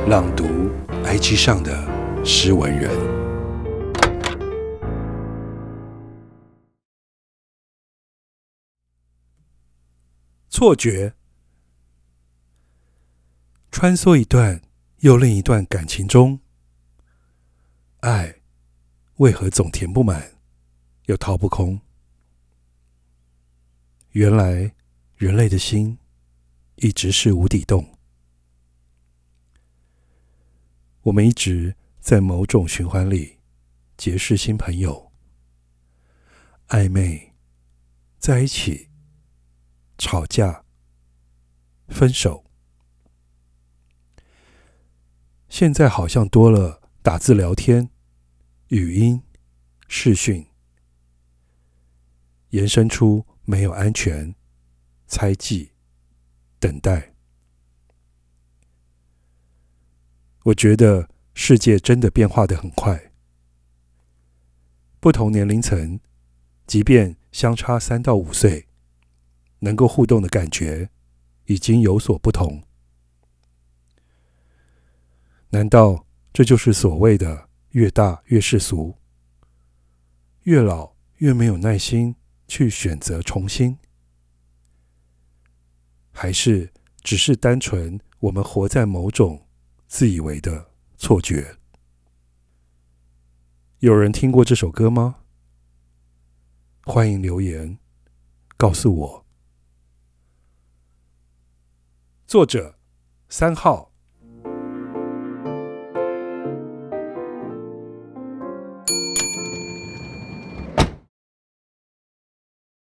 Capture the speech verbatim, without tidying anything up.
朗读 I G 上的诗文人。错觉，穿梭一段又另一段感情中，爱为何总填不满，又掏不空？原来人类的心一直是无底洞。我们一直在某种循环里结识新朋友，暧昧，在一起，吵架，分手。现在好像多了打字聊天、语音、视讯，延伸出没有安全、猜忌、等待。我觉得世界真的变化得很快，不同年龄层，即便相差三到五岁，能够互动的感觉已经有所不同。难道这就是所谓的越大越世俗，越老越没有耐心去选择重新？还是只是单纯我们活在某种自以为的错觉？有人听过这首歌吗？欢迎留言告诉我。作者三号。